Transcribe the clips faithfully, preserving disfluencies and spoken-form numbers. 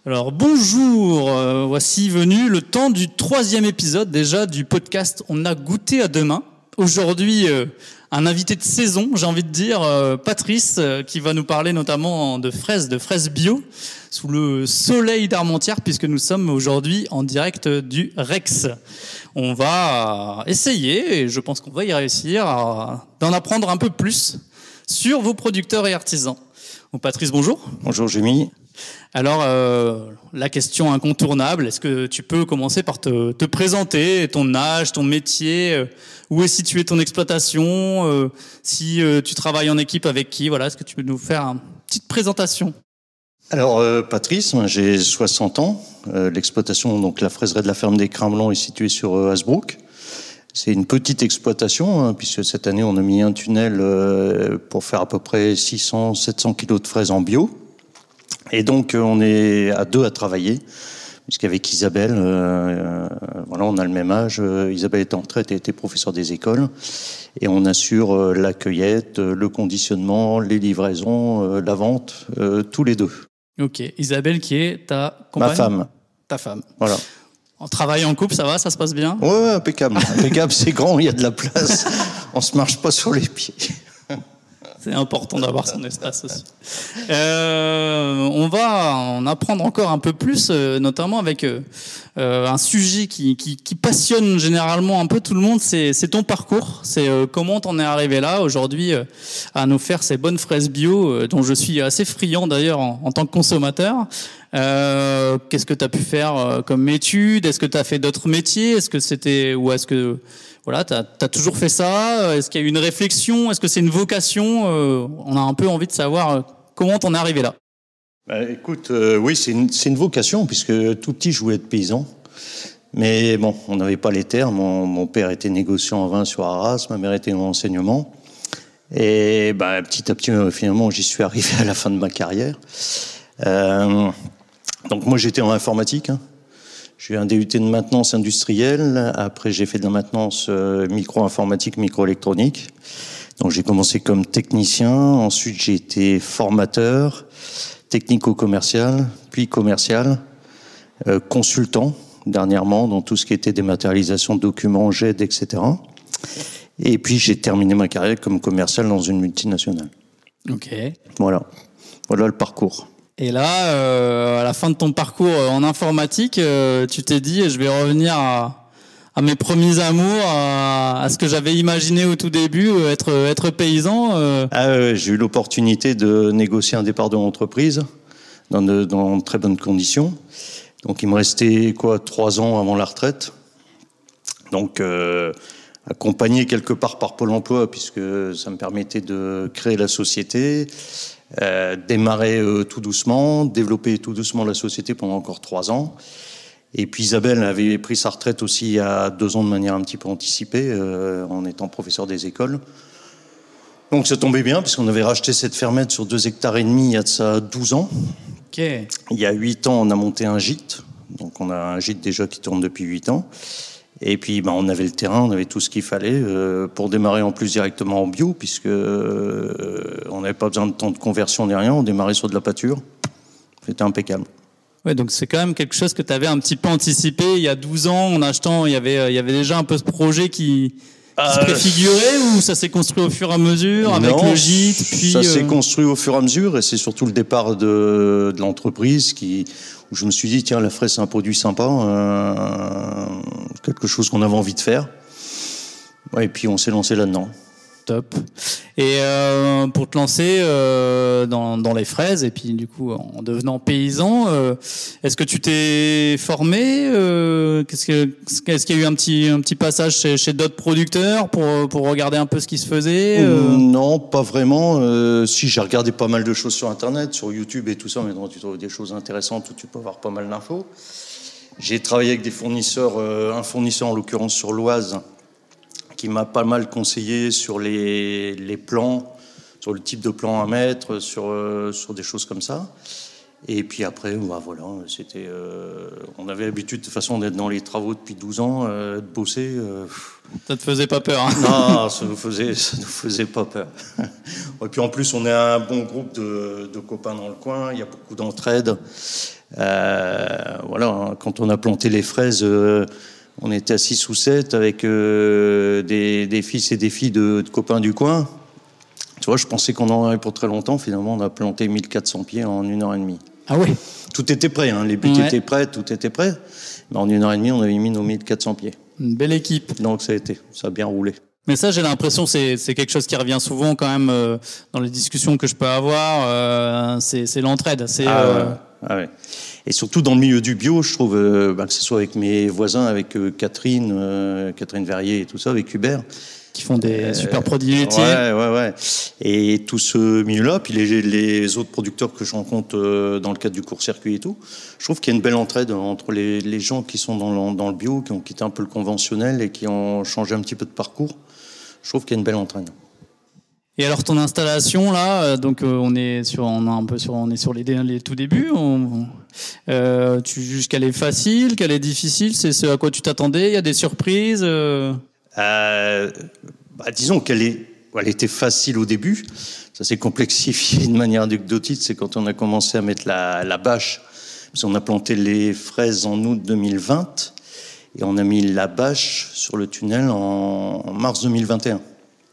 Alors bonjour, euh, voici venu le temps du troisième épisode déjà du podcast On a goûté à demain. Aujourd'hui, euh, un invité de saison, j'ai envie de dire, euh, Patrice, euh, qui va nous parler notamment de fraises, de fraises bio, sous le soleil d'Armentières, puisque nous sommes aujourd'hui en direct du Rex. On va essayer, et je pense qu'on va y réussir, à, d'en apprendre un peu plus sur vos producteurs et artisans. Donc Patrice, bonjour. Bonjour Jémy. Alors, euh, la question incontournable, est-ce que tu peux commencer par te, te présenter, ton âge, ton métier, euh, où est située ton exploitation, euh, si euh, tu travailles en équipe avec qui, voilà, est-ce que tu peux nous faire une petite présentation ? Alors euh, Patrice, j'ai soixante ans, euh, l'exploitation, donc la fraiserie de la ferme des Crins Blancs est située sur euh, Hasbrook. C'est une petite exploitation, hein, puisque cette année on a mis un tunnel euh, pour faire à peu près six cents à sept cents kilos de fraises en bio. Et donc on est à deux à travailler, puisqu'avec Isabelle, euh, voilà, on a le même âge. Euh, Isabelle était en retraite et était professeure des écoles, et on assure euh, la cueillette, euh, le conditionnement, les livraisons, euh, la vente, euh, tous les deux. Ok, Isabelle qui est ta compagne ? Ma femme. Ta femme. Voilà. En travail en couple, ça va, ça se passe bien ? Ouais, ouais, impeccable. Impeccable, c'est grand, il y a de la place. On se marche pas sur les pieds. C'est important d'avoir son espace aussi. Euh, on va en apprendre encore un peu plus, euh, notamment avec euh, un sujet qui, qui, qui passionne généralement un peu tout le monde, c'est, c'est ton parcours. C'est euh, comment t'en es arrivé là aujourd'hui euh, à nous faire ces bonnes fraises bio, euh, dont je suis assez friand d'ailleurs en, en tant que consommateur. Euh, qu'est-ce que tu as pu faire euh, comme études ? Est-ce que tu as fait d'autres métiers ? Est-ce que c'était ou est-ce que voilà, tu as toujours fait ça ? Est-ce qu'il y a eu une réflexion ? Est-ce que c'est une vocation ? euh, On a un peu envie de savoir euh, comment t'en es arrivé là. Bah, écoute, euh, oui, c'est une, c'est une vocation, puisque tout petit, je voulais être paysan. Mais bon, on n'avait pas les terres. Mon, mon père était négociant en vin sur Arras, ma mère était en enseignement. Et bah, petit à petit, finalement, j'y suis arrivé à la fin de ma carrière. Euh, donc moi, j'étais en informatique, hein. J'ai eu un D U T de maintenance industrielle. Après, j'ai fait de la maintenance euh, micro-informatique, micro-électronique. Donc, j'ai commencé comme technicien. Ensuite, j'ai été formateur, technico-commercial, puis commercial, euh, consultant, dernièrement, dans tout ce qui était dématérialisation de documents, G E D, et cetera. Et puis, j'ai terminé ma carrière comme commercial dans une multinationale. Ok. Voilà. Voilà le parcours. Et là, euh, à la fin de ton parcours en informatique, euh, tu t'es dit, je vais revenir à, à mes premiers amours, à, à ce que j'avais imaginé au tout début, être, être paysan. Euh. Ah, euh, j'ai eu l'opportunité de négocier un départ de l'entreprise dans de, dans de très bonnes conditions. Donc, il me restait quoi, trois ans avant la retraite. Donc, euh, accompagné quelque part par Pôle emploi, puisque ça me permettait de créer la société. Euh, démarrer euh, tout doucement, développer tout doucement la société pendant encore trois ans. Et puis Isabelle avait pris sa retraite aussi il y a deux ans de manière un petit peu anticipée, euh, en étant professeur des écoles. Donc ça tombait bien, puisqu'on avait racheté cette fermette sur deux hectares et demi il y a de ça douze ans. Okay. Il y a huit ans, on a monté un gîte. Donc on a un gîte déjà qui tourne depuis huit ans. Et puis, ben, on avait le terrain, on avait tout ce qu'il fallait euh, pour démarrer en plus directement en bio, puisque euh, on n'avait pas besoin de temps de conversion ni rien. On démarrait sur de la pâture. C'était impeccable. Ouais, donc c'est quand même quelque chose que tu avais un petit peu anticipé il y a douze ans en achetant. Il y avait, il y avait déjà un peu ce projet qui, qui euh, se préfigurait, ou ça s'est construit au fur et à mesure avec non, le gîte puis, ça euh... s'est construit au fur et à mesure, et c'est surtout le départ de, de l'entreprise qui, où je me suis dit, tiens, la fraise, c'est un produit sympa, euh, quelque chose qu'on avait envie de faire. Ouais, et puis on s'est lancé là-dedans. Top. Et euh, pour te lancer euh, dans, dans les fraises, et puis du coup en devenant paysan, euh, est-ce que tu t'es formé euh, qu'est-ce que, est-ce qu'il y a eu un petit, un petit passage chez, chez d'autres producteurs pour, pour regarder un peu ce qui se faisait euh... Non, pas vraiment. Euh, si, j'ai regardé pas mal de choses sur Internet, sur YouTube et tout ça, mais tu trouves des choses intéressantes où tu peux avoir pas mal d'infos. J'ai travaillé avec des fournisseurs, euh, un fournisseur en l'occurrence sur l'Oise, qui m'a pas mal conseillé sur les, les plans, sur le type de plan à mettre, sur, euh, sur des choses comme ça. Et puis après, bah voilà, c'était, euh, on avait l'habitude de toute façon d'être dans les travaux depuis douze ans, euh, de bosser. Euh, ça te faisait pas peur, hein? Non, ça nous faisait, ça nous faisait pas peur. Et puis en plus, on est un bon groupe de, de copains dans le coin, il y a beaucoup d'entraide. Euh, voilà, hein, quand on a planté les fraises, euh, on était à six ou sept avec euh, des, des fils et des filles de, de copains du coin. Tu vois, je pensais qu'on en aurait pour très longtemps. Finalement, on a planté mille quatre cents pieds en une heure et demie. Ah ouais. Tout était prêt, hein, les buts Ouais. étaient prêts, tout était prêt. Mais en une heure et demie, on avait mis nos mille quatre cents pieds. Une belle équipe. Donc ça a été, ça a bien roulé. Mais ça, j'ai l'impression, c'est c'est quelque chose qui revient souvent quand même euh, dans les discussions que je peux avoir. Euh, c'est c'est l'entraide. C'est Ah, euh, ouais. Ah ouais. Et surtout dans le milieu du bio, je trouve, euh, bah, que ce soit avec mes voisins, avec euh, Catherine, euh, Catherine Verrier et tout ça, avec Hubert. qui font des Euh, super produits laitiers. Ouais, ouais, ouais. Et tout ce milieu-là, puis les, les autres producteurs que je rencontre euh, dans le cadre du court-circuit et tout, je trouve qu'il y a une belle entraide entre les, les gens qui sont dans le, dans le bio, qui ont quitté un peu le conventionnel et qui ont changé un petit peu de parcours. Je trouve qu'il y a une belle entraide. Et alors ton installation là, euh, donc euh, on est sur, on a un peu sur, on est sur les, dé- les tout débuts. On, euh, tu juges qu'elle est facile, qu'elle est difficile, c'est ce à quoi tu t'attendais. Il y a des surprises. Euh... Euh, bah, disons qu'elle est, elle était facile au début. Ça s'est complexifié de manière anecdotique. C'est quand on a commencé à mettre la, la bâche. Parce qu'on a planté les fraises en août deux mille vingt et on a mis la bâche sur le tunnel en, en mars deux mille vingt et un.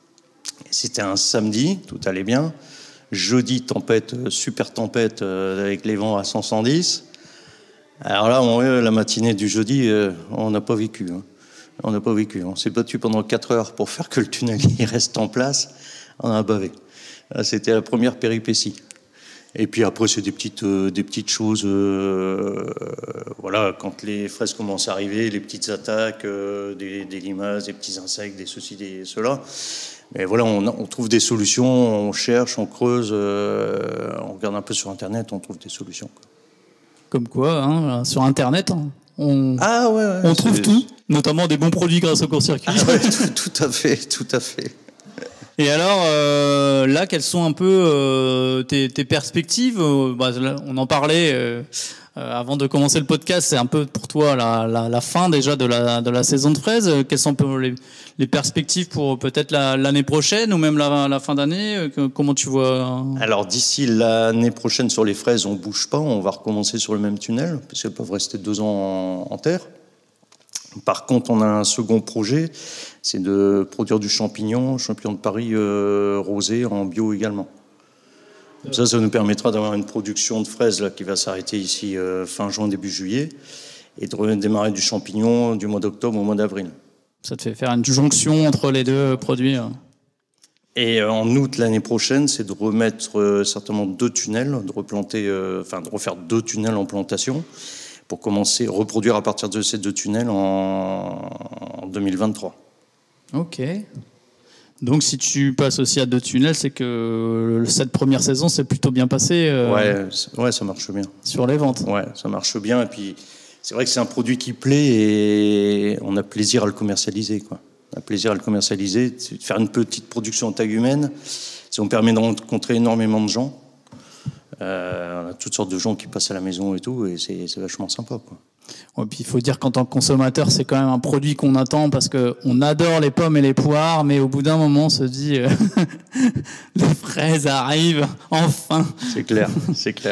Et c'était un samedi, tout allait bien. Jeudi, tempête, super tempête euh, avec les vents à cent, cent dix. Alors là, on, la matinée du jeudi, euh, on n'a pas vécu. Hein. On n'a pas vécu. On s'est battu pendant quatre heures pour faire que le tunnel il reste en place. On a bavé. Là, c'était la première péripétie. Et puis après, c'est des petites, euh, des petites choses. Euh, voilà, quand les fraises commencent à arriver, les petites attaques, euh, des, des limaces, des petits insectes, des ceci, des cela. Mais voilà, on, on trouve des solutions, on cherche, on creuse, euh, on regarde un peu sur Internet, on trouve des solutions. Quoi. Comme quoi, hein, sur Internet, hein, on, ah ouais, ouais, on trouve tout, notamment des bons produits grâce au court-circuit. Ah ouais, tout, tout à fait, tout à fait. Et alors, euh, là, quelles sont un peu euh, tes, tes perspectives euh, bah, là, on en parlait euh, euh, avant de commencer le podcast. C'est un peu pour toi la, la, la fin déjà de la, de la saison de fraises. Quelles sont un peu les, les perspectives pour peut-être la, l'année prochaine ou même la, la fin d'année? Comment tu vois? Alors d'ici l'année prochaine sur les fraises, on bouge pas. On va recommencer sur le même tunnel parce qu'elles peuvent rester deux ans en, en terre. Par contre, on a un second projet, c'est de produire du champignon, champignon de Paris euh, rosé en bio également. Comme ça, ça nous permettra d'avoir une production de fraises là, qui va s'arrêter ici euh, fin juin, début juillet, et de redémarrer du champignon du mois d'octobre au mois d'avril. Ça te fait faire une jonction entre les deux produits. Et euh, en août l'année prochaine, c'est de remettre euh, certainement deux tunnels, de replanter, euh, enfin de refaire deux tunnels en plantation, pour commencer à reproduire à partir de ces deux tunnels en, en deux mille vingt-trois. Ok. Donc si tu passes aussi à deux tunnels, c'est que cette première saison s'est plutôt bien passée euh, ouais, ouais, ça marche bien. Sur les ventes. Ouais, ça marche bien. Et puis, c'est vrai que c'est un produit qui plaît et on a plaisir à le commercialiser, quoi. On a plaisir à le commercialiser, de faire une petite production en taille humaine. Ça nous permet de rencontrer énormément de gens. Euh, on a toutes sortes de gens qui passent à la maison et tout, et c'est, c'est vachement sympa, quoi. Ouais, puis il faut dire qu'en tant que consommateur, c'est quand même un produit qu'on attend parce que on adore les pommes et les poires, mais au bout d'un moment, on se dit euh, les fraises arrivent enfin. C'est clair, c'est clair.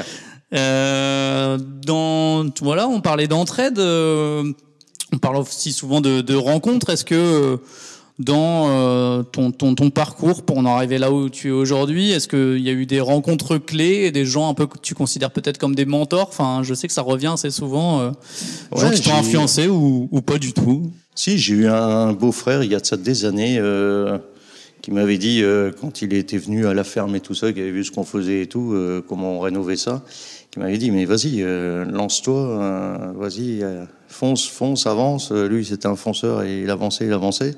Euh, dans voilà, on parlait d'entraide, euh, on parle aussi souvent de, de rencontres. Est-ce que euh, dans euh, ton, ton, ton parcours pour en arriver là où tu es aujourd'hui, est-ce qu'il y a eu des rencontres clés et des gens un peu que tu considères peut-être comme des mentors? Enfin, je sais que ça revient assez souvent, euh, ouais, gens qui t'ont influencé ou, ou pas du tout. Si, j'ai eu un beau-frère il y a de ça des années euh, qui m'avait dit, euh, quand il était venu à la ferme et tout ça, qu'il avait vu ce qu'on faisait et tout, euh, comment on rénovait ça, qui m'avait dit, mais vas-y, euh, lance-toi, euh, vas-y, euh, fonce, fonce, avance. Lui, c'était un fonceur et il avançait, il avançait.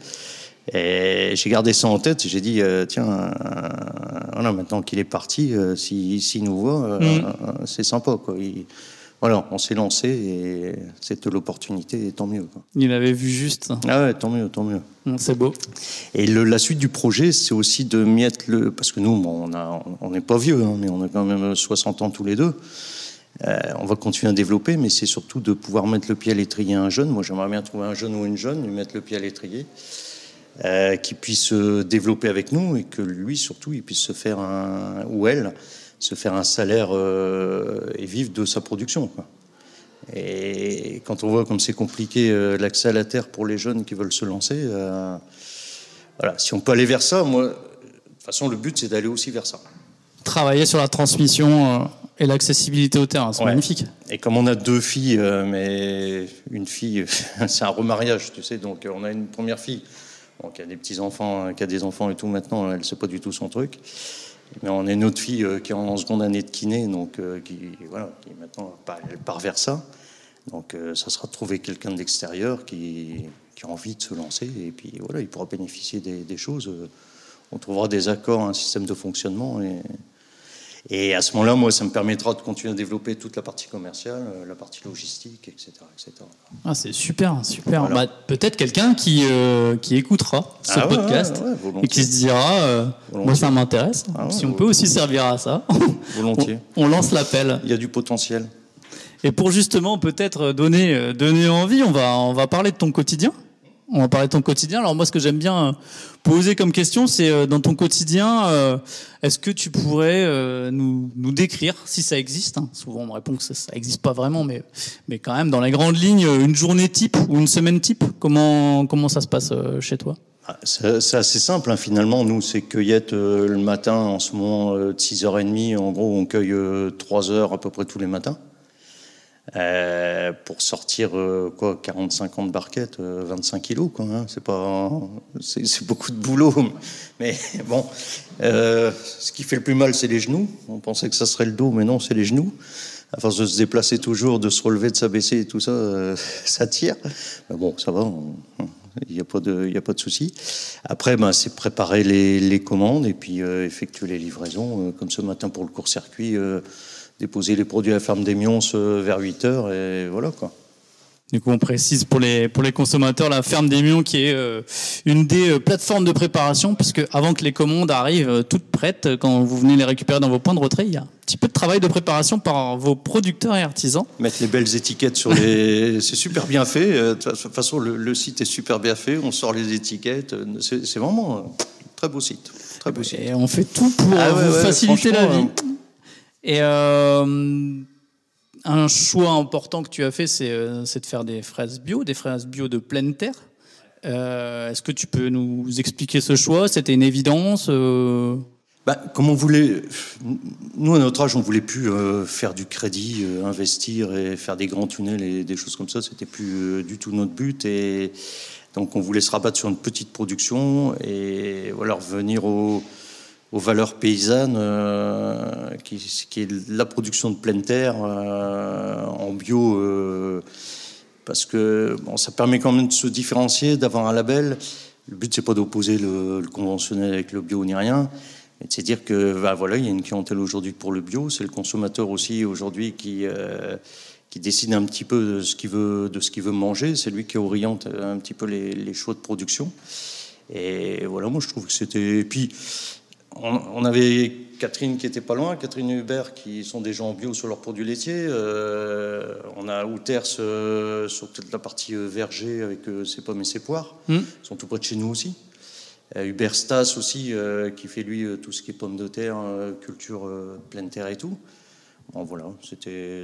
Et j'ai gardé ça en tête. J'ai dit, euh, tiens, euh, voilà, maintenant qu'il est parti, euh, s'il si, si nous voit, euh, mmh. euh, c'est sympa, quoi. Il, voilà, on s'est lancé et c'était l'opportunité, et tant mieux, quoi. Il avait vu juste. Ah ouais, tant mieux, tant mieux. C'est beau. Et le, la suite du projet, c'est aussi de mettre le, parce que nous, bon, on a, on n'est pas vieux, hein, mais on a quand même soixante ans tous les deux. Euh, on va continuer à développer, mais c'est surtout de pouvoir mettre le pied à l'étrier à un jeune. Moi, j'aimerais bien trouver un jeune ou une jeune, lui mettre le pied à l'étrier. Euh, qui puisse se développer avec nous et que lui, surtout, il puisse se faire un, ou elle, se faire un salaire euh, et vivre de sa production, quoi. Et quand on voit comme c'est compliqué euh, l'accès à la terre pour les jeunes qui veulent se lancer, euh, voilà, si on peut aller vers ça, moi, de toute façon, le but, c'est d'aller aussi vers ça. Travailler sur la transmission euh, et l'accessibilité au terrain, c'est ouais. magnifique. Et comme on a deux filles, euh, mais une fille, c'est un remariage, tu sais, donc on a une première fille bon, qui a des petits-enfants, qui a des enfants et tout maintenant, elle ne sait pas du tout son truc. Mais on a une autre fille euh, qui est en seconde année de kiné, donc euh, qui, voilà, qui maintenant elle part vers ça. Donc euh, ça sera de trouver quelqu'un de l'extérieur qui, qui a envie de se lancer et puis voilà, il pourra bénéficier des, des choses. On trouvera des accords, un système de fonctionnement et, et à ce moment-là, moi, ça me permettra de continuer à développer toute la partie commerciale, la partie logistique, et cetera, et cetera. Ah, c'est super, super. Voilà. Bah, peut-être quelqu'un qui euh, qui écoutera ce ah, podcast ouais, ouais, ouais, et qui se dira, euh, moi ça m'intéresse. Ah, si ouais, on peut aussi servir à ça, volontiers. on, on lance l'appel. Il y a du potentiel. Et pour justement peut-être donner, donner envie, on va, on va parler de ton quotidien. On va parler de ton quotidien. Alors moi, ce que j'aime bien poser comme question, c'est dans ton quotidien, est-ce que tu pourrais nous, nous décrire, si ça existe, hein, souvent on me répond que ça n'existe pas vraiment, mais, mais quand même, dans les grandes lignes, une journée type ou une semaine type, comment, comment ça se passe chez toi ? C'est, c'est assez simple, hein, finalement. Nous, c'est cueillette euh, le matin, en ce moment, euh, de six heures trente. En gros, on cueille euh, trois heures à peu près tous les matins. Euh, pour sortir euh, quoi, quarante cinquante barquettes, euh, vingt-cinq kilos, quoi, hein, c'est pas, c'est, c'est beaucoup de boulot, mais bon, euh, ce qui fait le plus mal, c'est les genoux. On pensait que ça serait le dos, mais non, c'est les genoux. À force de se déplacer toujours, de se relever, de s'abaisser et tout ça, euh, ça tire. Mais bon, ça va, il n'y a pas de, il y a pas de souci. Après, ben, c'est préparer les, les commandes et puis euh, effectuer les livraisons, euh, comme ce matin pour le court-circuit. Euh, déposer les produits à la ferme des Mions vers huit heures et voilà quoi. Du coup, on précise pour les pour les consommateurs la ferme des Mions qui est euh, une des euh, plateformes de préparation, puisque avant que les commandes arrivent euh, toutes prêtes, quand vous venez les récupérer dans vos points de retrait, il y a un petit peu de travail de préparation par vos producteurs et artisans. Mettre les belles étiquettes sur les, c'est super bien fait. De toute façon, le, le site est super bien fait. On sort les étiquettes. C'est, c'est vraiment un très beau site. Très beau site. Et on fait tout pour ah ouais, vous ouais, faciliter la vie. Euh, Et euh, un choix important que tu as fait, c'est, euh, c'est de faire des fraises bio, des fraises bio de pleine terre. Euh, est-ce que tu peux nous expliquer ce choix ? C'était une évidence euh... bah, Comme on voulait, nous à notre âge, on voulait plus euh, faire du crédit, euh, investir et faire des grands tunnels et des choses comme ça. C'était plus euh, du tout notre but. Et donc on voulait se rabattre sur une petite production et voilà, revenir au aux valeurs paysannes, euh, qui, qui est la production de pleine terre euh, en bio, euh, parce que bon, ça permet quand même de se différencier, d'avoir un label. Le but, c'est pas d'opposer le, le conventionnel avec le bio ni rien, mais c'est dire que bah, voilà, il y a une clientèle aujourd'hui pour le bio. C'est le consommateur aussi aujourd'hui qui euh, qui décide un petit peu de ce qu'il veut, de ce qu'il veut manger. C'est lui qui oriente un petit peu les, les choix de production. Et voilà, moi je trouve que c'était. Et puis on avait Catherine qui était pas loin, Catherine et Hubert qui sont des gens bio sur leurs produits laitiers. Euh, on a Outers euh, sur toute la partie euh, verger avec euh, ses pommes et ses poires. Mmh. Ils sont tout près de chez nous aussi. Euh, Hubert Stas aussi euh, qui fait lui euh, tout ce qui est pommes de terre, euh, culture euh, pleine terre et tout. Bon voilà, c'était.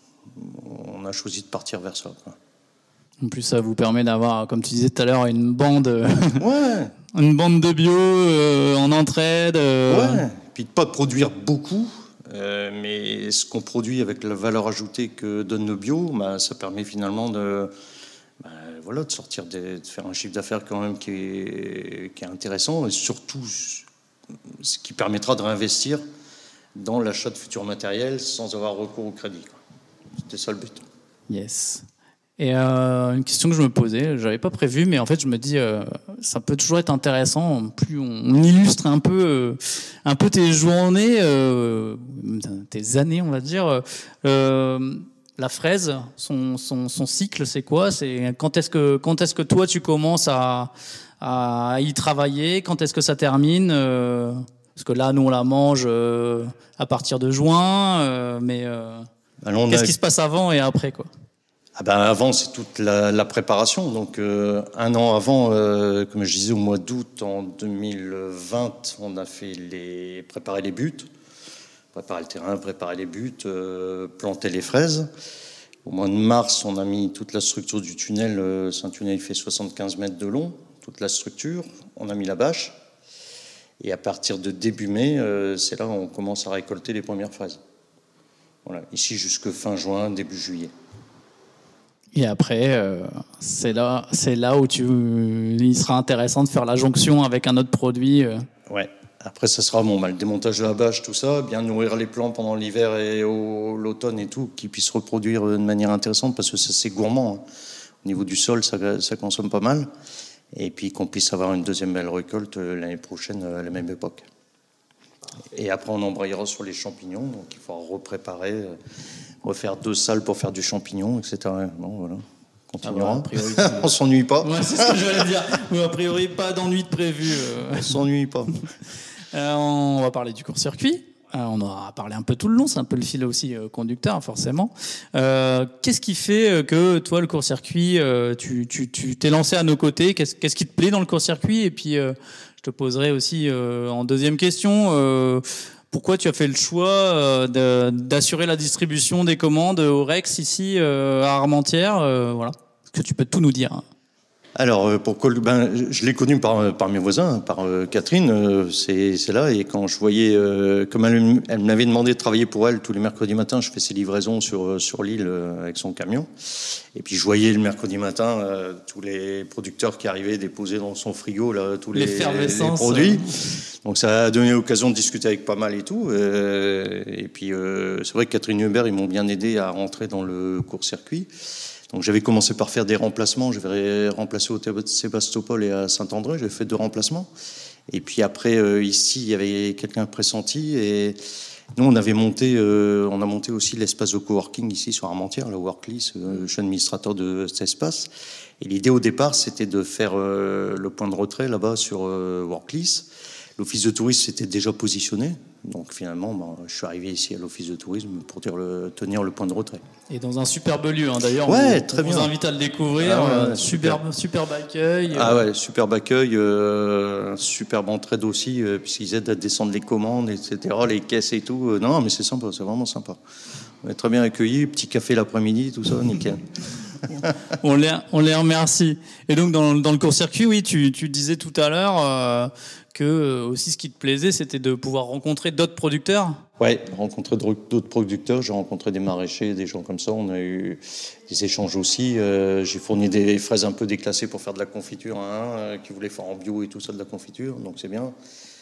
On a choisi de partir vers ça, quoi. En plus, ça vous permet d'avoir, comme tu disais tout à l'heure, une bande, ouais. une bande de bio euh, en entraide. Euh... Ouais. Puis de pas produire beaucoup, euh, mais ce qu'on produit avec la valeur ajoutée que donne le bio, bah, ça permet finalement de, bah, voilà, de sortir, des, de faire un chiffre d'affaires quand même qui est, qui est intéressant et surtout ce qui permettra de réinvestir dans l'achat de futurs matériels sans avoir recours au crédit, quoi. C'était ça le but. Yes. Et euh, une question que je me posais, je n'avais pas prévu, mais en fait je me dis, euh, ça peut toujours être intéressant, plus on, on illustre un peu, euh, un peu tes journées, euh, tes années, on va dire. Euh, la fraise, son, son, son cycle, c'est quoi ? C'est quand est-ce que, quand est-ce que toi tu commences à, à y travailler ? Quand est-ce que ça termine ? euh, Parce que là, nous on la mange euh, à partir de juin, euh, mais euh, Alors, qu'est-ce a... qui se passe avant et après, quoi ? Ah ben avant, c'est toute la, la préparation. Donc, euh, un an avant, euh, comme je disais, au mois d'août en deux mille vingt, on a fait les préparer les buts, préparer le terrain, préparer les buts, euh, planter les fraises. Au mois de mars, on a mis toute la structure du tunnel. C'est un tunnel qui fait soixante-quinze mètres de long, toute la structure. On a mis la bâche. Et à partir de début mai, c'est là où on commence à récolter les premières fraises. Voilà, ici jusque fin juin, début juillet. Et après, euh, c'est là, c'est là où tu, il sera intéressant de faire la jonction avec un autre produit. Euh. Ouais. Après, ça sera bon, bah, le démontage de la bâche, tout ça, bien nourrir les plants pendant l'hiver et au, l'automne et tout, qu'ils puissent reproduire de manière intéressante, parce que ça, c'est gourmand. Hein. Au niveau du sol, ça, ça consomme pas mal. Et puis qu'on puisse avoir une deuxième belle récolte l'année prochaine à la même époque. Et après, on embrayera sur les champignons, donc il faudra repréparer, refaire deux salles pour faire du champignon, et cetera. Bon, voilà. Continuera. Ah bah, priori, on s'ennuie pas. Ouais, c'est ce que j'allais dire. Oui, a priori, pas d'ennui de prévu. Euh. On s'ennuie pas. Euh, on va parler du court-circuit. Euh, on aura parlé un peu tout le long, c'est un peu le fil aussi euh, conducteur, forcément. Euh, qu'est-ce qui fait que toi, le court-circuit, euh, tu, tu, tu t'es lancé à nos côtés? Qu'est-ce, qu'est-ce qui te plaît dans le court-circuit? Et puis, euh, je te poserai aussi euh, en deuxième question, euh, pourquoi tu as fait le choix euh, de, d'assurer la distribution des commandes au Rex ici euh, à Armentières? euh, Voilà, est-ce que tu peux tout nous dire? Hein. Alors, pour ben, je l'ai connu par, par mes voisins, par euh, Catherine, euh, c'est, c'est là, et quand je voyais, euh, comme elle, elle m'avait demandé de travailler pour elle tous les mercredis matins, je fais ses livraisons sur, sur l'île euh, avec son camion, et puis je voyais le mercredi matin euh, tous les producteurs qui arrivaient déposer dans son frigo là, tous les, les produits. Donc ça a donné l'occasion de discuter avec pas mal et tout, euh, et puis euh, c'est vrai que Catherine et Hubert, ils m'ont bien aidé à rentrer dans le court-circuit. Donc j'avais commencé par faire des remplacements. J'avais remplacé au Sébastopol et à Saint-André. J'avais fait deux remplacements. Et puis après, euh, ici, il y avait quelqu'un pressenti. Et nous, on avait monté, euh, on a monté aussi l'espace de coworking ici sur Armentières, le Worklist. Euh, je suis administrateur de cet espace. Et l'idée au départ, c'était de faire euh, le point de retrait là-bas sur euh, Worklist. L'office de tourisme s'était déjà positionné. Donc finalement, ben, je suis arrivé ici à l'office de tourisme pour dire le, tenir le point de retrait. Et dans un superbe lieu, hein, d'ailleurs. Ouais, on, très on bien. vous invite à le découvrir. Ah ouais, euh, superbe, superbe accueil. Ah ouais, superbe accueil, euh, superbe entraide aussi, euh, puisqu'ils aident à descendre les commandes, et cetera, les caisses et tout. Euh, non, mais c'est sympa, c'est vraiment sympa. On est très bien accueillis, petit café l'après-midi, tout ça, nickel. on, les, on les remercie. Et donc, dans, dans le court-circuit, oui, tu, tu disais tout à l'heure euh, que euh, aussi ce qui te plaisait, c'était de pouvoir rencontrer d'autres producteurs. Ouais, rencontrer d'autres producteurs. J'ai rencontré des maraîchers, des gens comme ça. On a eu des échanges aussi. Euh, j'ai fourni des fraises un peu déclassées pour faire de la confiture à un euh, qui voulait faire en bio et tout ça de la confiture, donc c'est bien.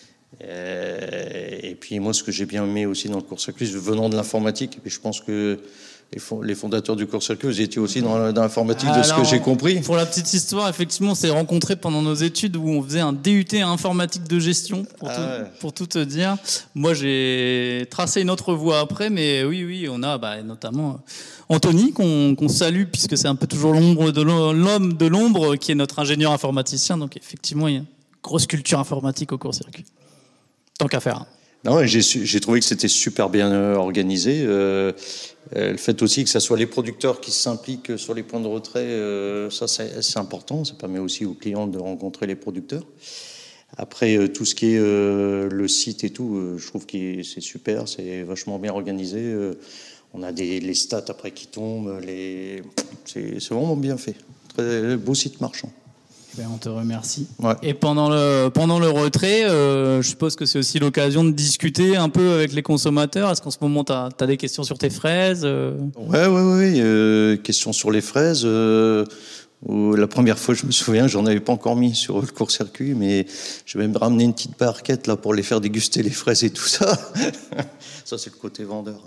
Et, et puis moi, ce que j'ai bien aimé aussi dans le court-circuit, venant de l'informatique, et puis je pense que les fondateurs du court-circuit, vous étiez aussi dans l'informatique, de ce que j'ai compris. Pour la petite histoire, effectivement, on s'est rencontrés pendant nos études où on faisait un D U T informatique de gestion, pour, ah tout, ouais. pour tout te dire. Moi, j'ai tracé une autre voie après, mais oui, oui, on a bah, notamment Anthony, qu'on, qu'on salue, puisque c'est un peu toujours l'ombre de l'homme de l'ombre, qui est notre ingénieur informaticien. Donc, effectivement, il y a une grosse culture informatique au court-circuit. Tant qu'à faire. Non, j'ai, j'ai trouvé que c'était super bien organisé. Euh, le fait aussi que ce soit les producteurs qui s'impliquent sur les points de retrait, euh, ça c'est, c'est important. Ça permet aussi aux clients de rencontrer les producteurs. Après, euh, tout ce qui est euh, le site et tout, euh, je trouve que c'est super, c'est vachement bien organisé. Euh, on a des, les stats après qui tombent. Les... C'est, c'est vraiment bien fait. Très beau site marchand. Ben, on te remercie. Ouais. Et pendant le, pendant le retrait, euh, je suppose que c'est aussi l'occasion de discuter un peu avec les consommateurs. Est-ce qu'en ce moment, tu as des questions sur tes fraises euh... Ouais, ouais, ouais. Euh, questions sur les fraises. Euh, la première fois, je me souviens, j'en avais pas encore mis sur le court-circuit, mais je vais me ramener une petite barquette là pour les faire déguster les fraises et tout ça. Ça, c'est le côté vendeur.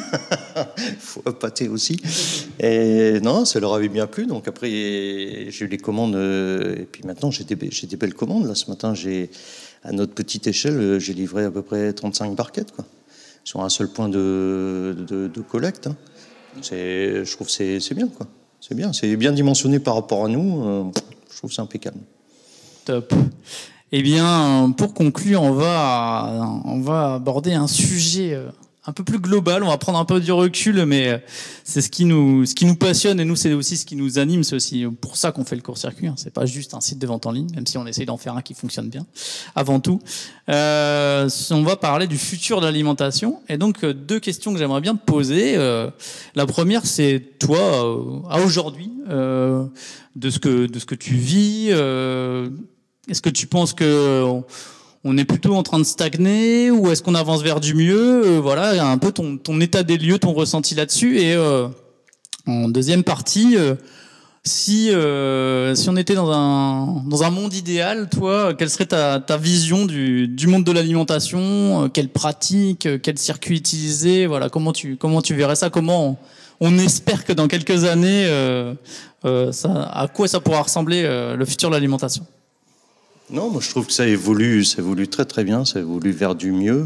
Faut appâter aussi. Et non, ça leur avait bien plu. Donc après, j'ai eu les commandes. Et puis maintenant, j'ai des, j'ai des belles commandes. Là, ce matin, j'ai, à notre petite échelle, j'ai livré à peu près trente-cinq barquettes, quoi, sur un seul point de, de, de collecte. Hein. C'est, je trouve que c'est, c'est bien, quoi. C'est bien. C'est bien dimensionné par rapport à nous. Je trouve que c'est impeccable. Top. Eh bien, pour conclure, on va, on va aborder un sujet un peu plus global. On va prendre un peu du recul, mais c'est ce qui nous, ce qui nous passionne et nous, c'est aussi ce qui nous anime. C'est aussi pour ça qu'on fait le court-circuit. Hein. C'est pas juste un site de vente en ligne, même si on essaye d'en faire un qui fonctionne bien. Avant tout, euh, on va parler du futur de l'alimentation. Et donc, deux questions que j'aimerais bien te poser. Euh, la première, c'est toi, euh, à aujourd'hui, euh, de ce que de ce que tu vis. Euh, est-ce que tu penses que on, on est plutôt en train de stagner ou est-ce qu'on avance vers du mieux? euh, Voilà, un peu ton, ton état des lieux, ton ressenti là-dessus. Et euh, en deuxième partie, euh, si euh, si on était dans un dans un monde idéal, toi, quelle serait ta, ta vision du, du monde de l'alimentation? Quelles pratiques, quels circuits utiliser? Voilà, comment tu comment tu verrais ça? Comment on, on espère que dans quelques années, euh, euh, ça, à quoi ça pourra ressembler euh, le futur de l'alimentation? Non, moi je trouve que ça évolue, ça évolue très très bien, ça évolue vers du mieux.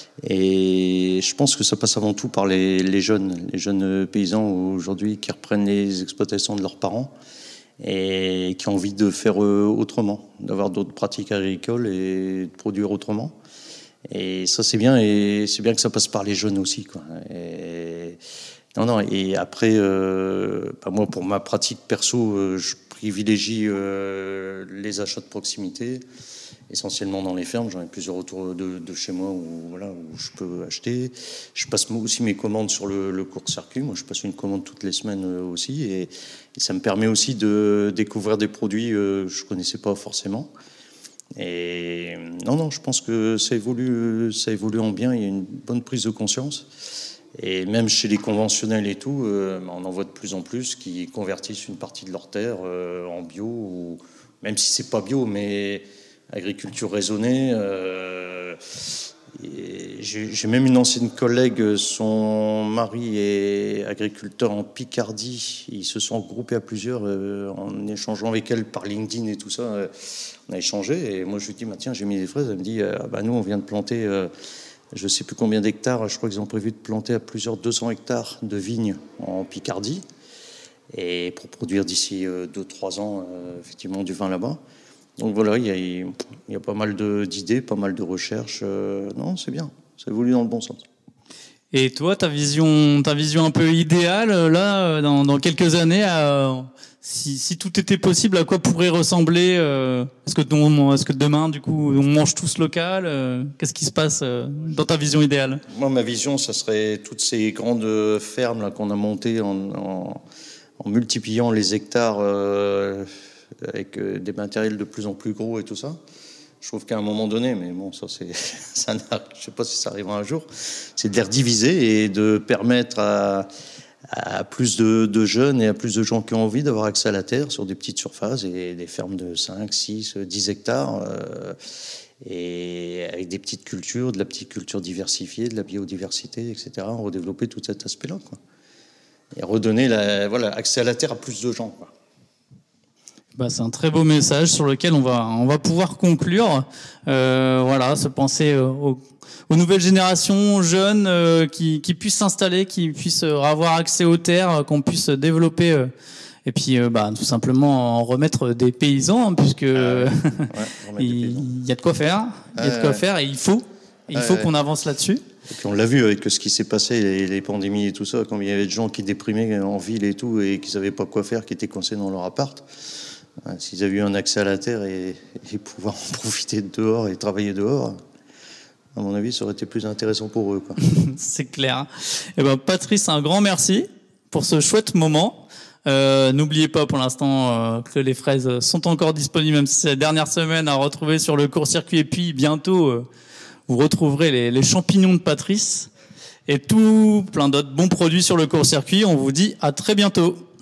Et je pense que ça passe avant tout par les, les jeunes, les jeunes paysans aujourd'hui qui reprennent les exploitations de leurs parents et qui ont envie de faire autrement, d'avoir d'autres pratiques agricoles et de produire autrement. Et ça c'est bien, et c'est bien que ça passe par les jeunes aussi, quoi. Et non, non. Et après, euh, bah moi pour ma pratique perso, euh, je privilégie euh, les achats de proximité, essentiellement dans les fermes. J'en ai plusieurs autour de, de chez moi où, voilà, où je peux acheter. Je passe aussi mes commandes sur le, le court-circuit. Moi, je passe une commande toutes les semaines euh, aussi. Et, et ça me permet aussi de découvrir des produits euh, que je ne connaissais pas forcément. Et non, non, je pense que ça évolue, ça évolue en bien. Il y a une bonne prise de conscience. Et même chez les conventionnels et tout, euh, on en voit de plus en plus qui convertissent une partie de leur terre euh, en bio, ou même si c'est pas bio, mais agriculture raisonnée. Euh, j'ai, j'ai même une ancienne collègue, son mari est agriculteur en Picardie. Ils se sont regroupés à plusieurs euh, en échangeant avec elle par LinkedIn et tout ça. Euh, on a échangé et moi je lui dis bah, tiens, j'ai mis des fraises. Elle me dit ah, bah, nous on vient de planter. Euh, Je ne sais plus combien d'hectares, je crois qu'ils ont prévu de planter à plusieurs deux cents hectares de vignes en Picardie, et pour produire d'ici deux trois ans, euh, effectivement, du vin là-bas. Donc voilà, il y a, il y a pas mal de, d'idées, pas mal de recherches. Euh, non, c'est bien, ça évolue dans le bon sens. Et toi, ta vision, ta vision un peu idéale, là, dans, dans quelques années, euh, si, si tout était possible, à quoi pourrait ressembler euh, Est-ce que, est-ce que demain, du coup, on mange tous local euh, Qu'est-ce qui se passe euh, dans ta vision idéale? Moi, ma vision, ça serait toutes ces grandes fermes là, qu'on a montées en, en, en multipliant les hectares euh, avec des matériels de plus en plus gros et tout ça. Je trouve qu'à un moment donné, mais bon, ça c'est, ça je sais pas si ça arrivera un jour, c'est de les rediviser et de permettre à, à plus de, de jeunes et à plus de gens qui ont envie d'avoir accès à la terre sur des petites surfaces et des fermes de cinq, six, dix hectares euh, et avec des petites cultures, de la petite culture diversifiée, de la biodiversité, et cetera. Redévelopper tout cet aspect-là, quoi. Et redonner la, voilà, accès à la terre à plus de gens, quoi. Bah, c'est un très beau message sur lequel on va on va pouvoir conclure. Euh, voilà, se penser aux, aux nouvelles générations jeunes euh, qui qui puissent s'installer, qui puissent avoir accès aux terres, qu'on puisse développer euh, et puis euh, bah tout simplement en remettre des paysans, hein, puisque euh, ouais, il y a de quoi faire, il y a de quoi euh, faire et il faut et il faut euh, qu'on avance là-dessus. Et puis on l'a vu avec ce qui s'est passé, les, les pandémies et tout ça, quand il y avait des gens qui déprimaient en ville et tout et qui savaient pas quoi faire, qui étaient coincés dans leur appart. S'ils avaient eu un accès à la terre et, et pouvoir en profiter dehors et travailler dehors, à mon avis, ça aurait été plus intéressant pour eux, quoi. C'est clair. Eh ben, Patrice, un grand merci pour ce chouette moment. Euh, n'oubliez pas pour l'instant euh, que les fraises sont encore disponibles, même si c'est la dernière semaine à retrouver sur le court-circuit. Et puis bientôt, euh, vous retrouverez les, les champignons de Patrice et tout plein d'autres bons produits sur le court-circuit. On vous dit à très bientôt.